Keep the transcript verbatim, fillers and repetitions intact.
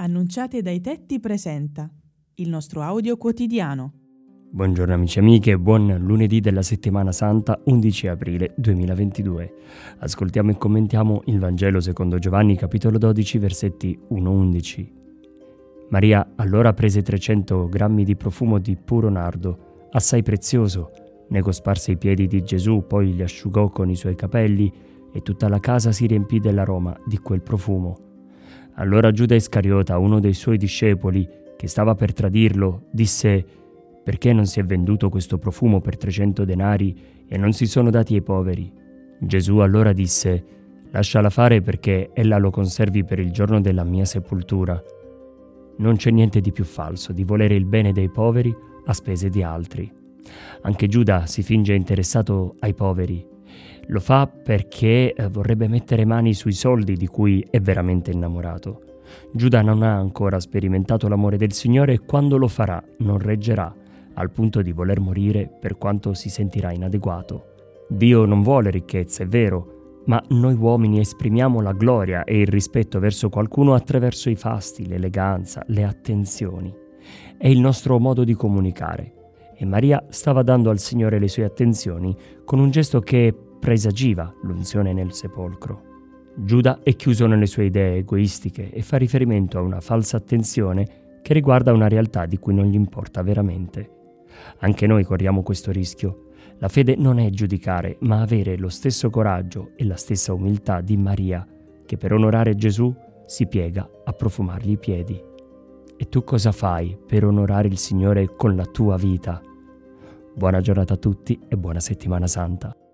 Annunciate dai tetti presenta il nostro audio quotidiano. Buongiorno amici e amiche, buon lunedì della settimana santa undici aprile duemilaventidue. Ascoltiamo e commentiamo il Vangelo secondo Giovanni capitolo dodici versetti uno undici. Maria allora prese trecento grammi di profumo di puro nardo, assai prezioso, ne cosparse i piedi di Gesù, poi li asciugò con i suoi capelli e tutta la casa si riempì dell'aroma di quel profumo. Allora Giuda Iscariota, uno dei suoi discepoli, che stava per tradirlo, disse: «Perché non si è venduto questo profumo per trecento denari e non si sono dati ai poveri?» Gesù allora disse: «Lasciala fare perché ella lo conservi per il giorno della mia sepoltura. Non c'è niente di più falso di volere il bene dei poveri a spese di altri». Anche Giuda si finge interessato ai poveri. Lo fa perché vorrebbe mettere mani sui soldi di cui è veramente innamorato. Giuda non ha ancora sperimentato l'amore del Signore e quando lo farà non reggerà, al punto di voler morire per quanto si sentirà inadeguato. Dio non vuole ricchezza, è vero, ma noi uomini esprimiamo la gloria e il rispetto verso qualcuno attraverso i fasti, l'eleganza, le attenzioni. È il nostro modo di comunicare. E Maria stava dando al Signore le sue attenzioni con un gesto che presagiva l'unzione nel sepolcro. Giuda è chiuso nelle sue idee egoistiche e fa riferimento a una falsa attenzione che riguarda una realtà di cui non gli importa veramente. Anche noi corriamo questo rischio. La fede non è giudicare, ma avere lo stesso coraggio e la stessa umiltà di Maria, che per onorare Gesù si piega a profumargli i piedi. E tu cosa fai per onorare il Signore con la tua vita? Buona giornata a tutti e buona settimana santa.